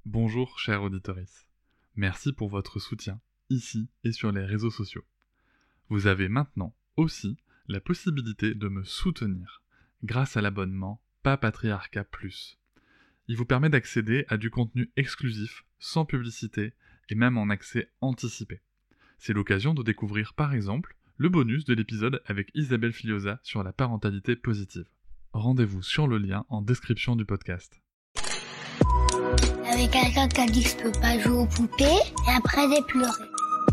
Bonjour chers auditeurs. Merci pour votre soutien, ici et sur les réseaux sociaux. Vous avez maintenant aussi la possibilité de me soutenir grâce à l'abonnement Papatriarcat Plus. Il vous permet d'accéder à du contenu exclusif, sans publicité et même en accès anticipé. C'est l'occasion de découvrir par exemple le bonus de l'épisode avec Isabelle Filiosa sur la parentalité positive. Rendez-vous sur le lien en description du podcast. Avec quelqu'un qui a dit que je peux pas jouer aux poupées et après j'ai pleuré.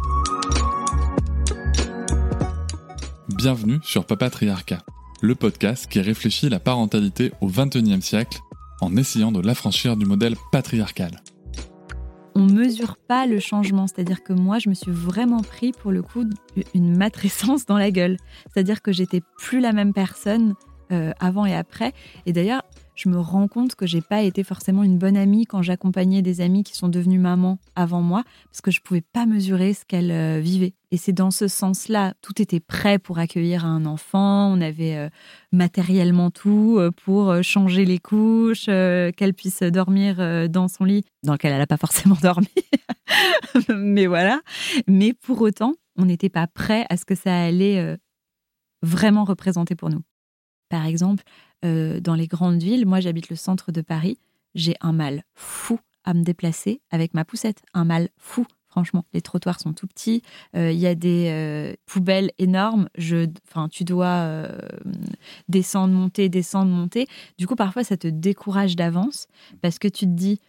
Bienvenue sur Papatriarcat, le podcast qui réfléchit la parentalité au XXIe siècle en essayant de l'affranchir du modèle patriarcal. On mesure pas le changement, c'est-à-dire que moi, je me suis vraiment pris pour le coup une matrescence dans la gueule. C'est-à-dire que j'étais plus la même personne avant et après. Et d'ailleurs, je me rends compte que j'ai pas été forcément une bonne amie quand j'accompagnais des amies qui sont devenues mamans avant moi, parce que je pouvais pas mesurer ce qu'elles vivaient. Et c'est dans ce sens-là, tout était prêt pour accueillir un enfant, on avait matériellement tout pour changer les couches, qu'elle puisse dormir dans son lit, dans lequel elle n'a pas forcément dormi, mais voilà. Mais pour autant, on n'était pas prêt à ce que ça allait vraiment représenter pour nous. Par exemple, dans les grandes villes, moi j'habite le centre de Paris, j'ai un mal fou à me déplacer avec ma poussette, un mal fou. Franchement, les trottoirs sont tout petits, il y a des poubelles énormes, tu dois descendre, monter. Du coup, parfois, ça te décourage d'avance parce que tu te dis,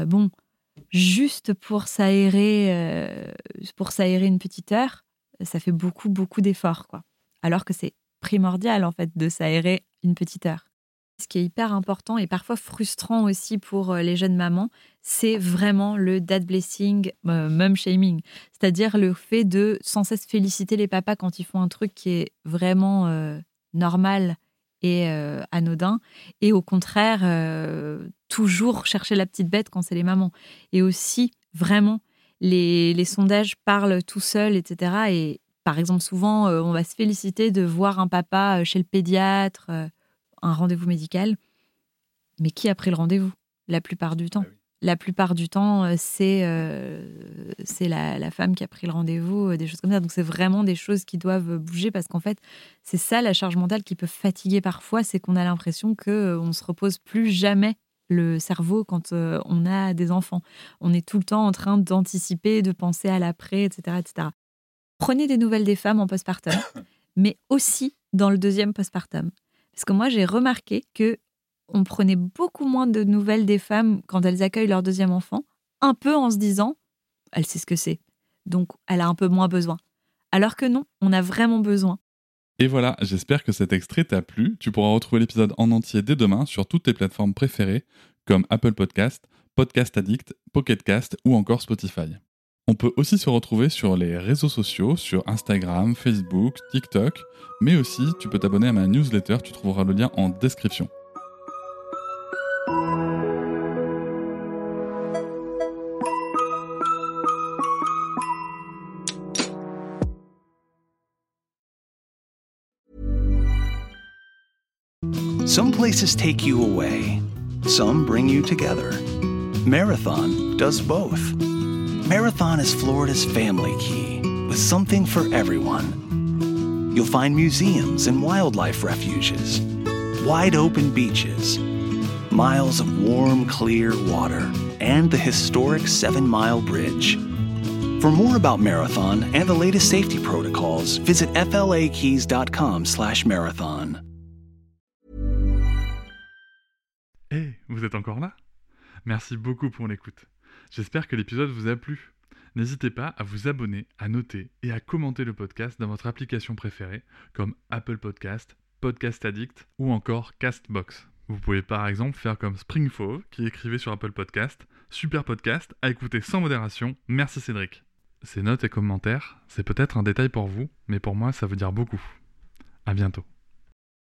juste pour s'aérer une petite heure, ça fait beaucoup, beaucoup d'efforts, quoi. Alors que c'est primordial, en fait, de s'aérer une petite heure. Ce qui est hyper important et parfois frustrant aussi pour les jeunes mamans, c'est vraiment le dad blessing, mum shaming. C'est-à-dire le fait de sans cesse féliciter les papas quand ils font un truc qui est vraiment normal et anodin. Et au contraire, toujours chercher la petite bête quand c'est les mamans. Et aussi, vraiment, les sondages parlent tout seuls, etc. Et par exemple, souvent, on va se féliciter de voir un papa chez le pédiatre, un rendez-vous médical. Mais qui a pris le rendez-vous la plupart du temps? La plupart du temps, c'est la femme qui a pris le rendez-vous, des choses comme ça. Donc, c'est vraiment des choses qui doivent bouger parce qu'en fait, c'est ça la charge mentale qui peut fatiguer parfois, c'est qu'on a l'impression qu'on ne se repose plus jamais le cerveau quand on a des enfants. On est tout le temps en train d'anticiper, de penser à l'après, etc., etc. Prenez des nouvelles des femmes en postpartum, mais aussi dans le deuxième postpartum. Parce que moi, j'ai remarqué qu'on prenait beaucoup moins de nouvelles des femmes quand elles accueillent leur deuxième enfant, un peu en se disant « elle sait ce que c'est, donc elle a un peu moins besoin ». Alors que non, on a vraiment besoin. Et voilà, j'espère que cet extrait t'a plu. Tu pourras retrouver l'épisode en entier dès demain sur toutes tes plateformes préférées, comme Apple Podcast, Podcast Addict, Pocket Cast ou encore Spotify. On peut aussi se retrouver sur les réseaux sociaux, sur Instagram, Facebook, TikTok, mais aussi tu peux t'abonner à ma newsletter, tu trouveras le lien en description. Some places take you away. Some bring you together. Marathon does both. Marathon is Florida's family key, with something for everyone. You'll find museums and wildlife refuges, wide-open beaches, miles of warm, clear water, and the historic 7 Mile Bridge. For more about Marathon and the latest safety protocols, visit flakeys.com/marathon. Hey, vous êtes encore là? Merci beaucoup pour l'écoute. J'espère que l'épisode vous a plu. N'hésitez pas à vous abonner, à noter et à commenter le podcast dans votre application préférée, comme Apple Podcast, Podcast Addict ou encore Castbox. Vous pouvez par exemple faire comme Springfove qui écrivait sur Apple Podcast « Super podcast, à écouter sans modération, merci Cédric ». Ces notes et commentaires, c'est peut-être un détail pour vous, mais pour moi ça veut dire beaucoup. À bientôt.